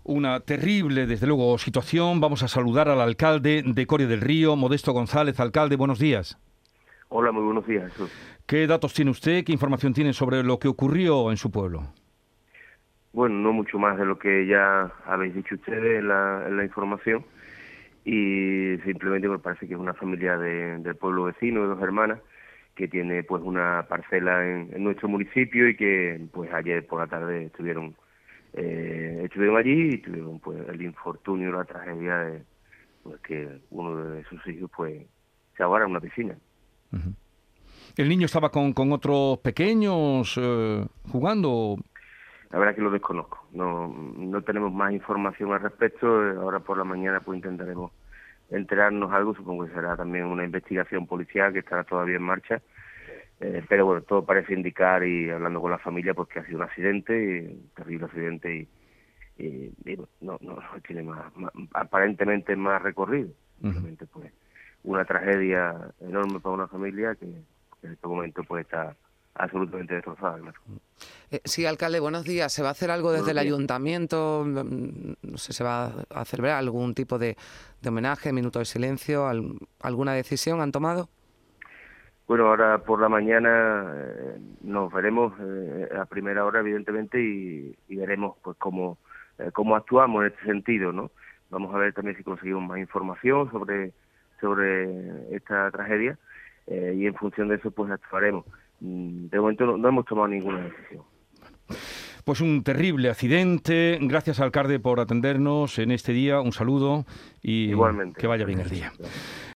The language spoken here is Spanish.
Una terrible, desde luego, situación. Vamos a saludar al alcalde de Coria del Río, Modesto González. Alcalde, buenos días. Hola, muy buenos días, Jesús. ¿Qué datos tiene usted? ¿Qué información tiene sobre lo que ocurrió en su pueblo? Bueno, no mucho más de lo que ya habéis dicho ustedes en la información, y simplemente me parece que es una familia del pueblo vecino, de dos hermanas, que tiene pues una parcela en nuestro municipio y que pues ayer por la tarde estuvieron allí y tuvieron pues el infortunio, la tragedia de pues que uno de sus hijos pues se ahogara en una piscina. Uh-huh. ¿El niño estaba con otros pequeños jugando? La verdad que lo desconozco, no tenemos más información al respecto. Ahora por la mañana pues intentaremos enterarnos algo, supongo que será también una investigación policial que estará todavía en marcha, pero bueno, todo parece indicar, y hablando con la familia, pues que ha sido un accidente, un terrible accidente, y bueno, no tiene aparentemente más recorrido, simplemente pues una tragedia enorme para una familia que en este momento pues está absolutamente destrozada, claro. Sí, alcalde, buenos días. ¿Se va a hacer algo desde Buenos el días. ayuntamiento? No sé, ¿se va a celebrar algún tipo de homenaje, minuto de silencio? ¿Alguna decisión han tomado? Bueno, ahora por la mañana nos veremos a primera hora, evidentemente, y veremos pues cómo actuamos en este sentido, ¿no? Vamos a ver también si conseguimos más información sobre esta tragedia, y en función de eso pues actuaremos. De momento no hemos tomado ninguna decisión. Pues un terrible accidente. Gracias, alcalde, por atendernos en este día. Un saludo y Igualmente. que vaya bien el día. Gracias.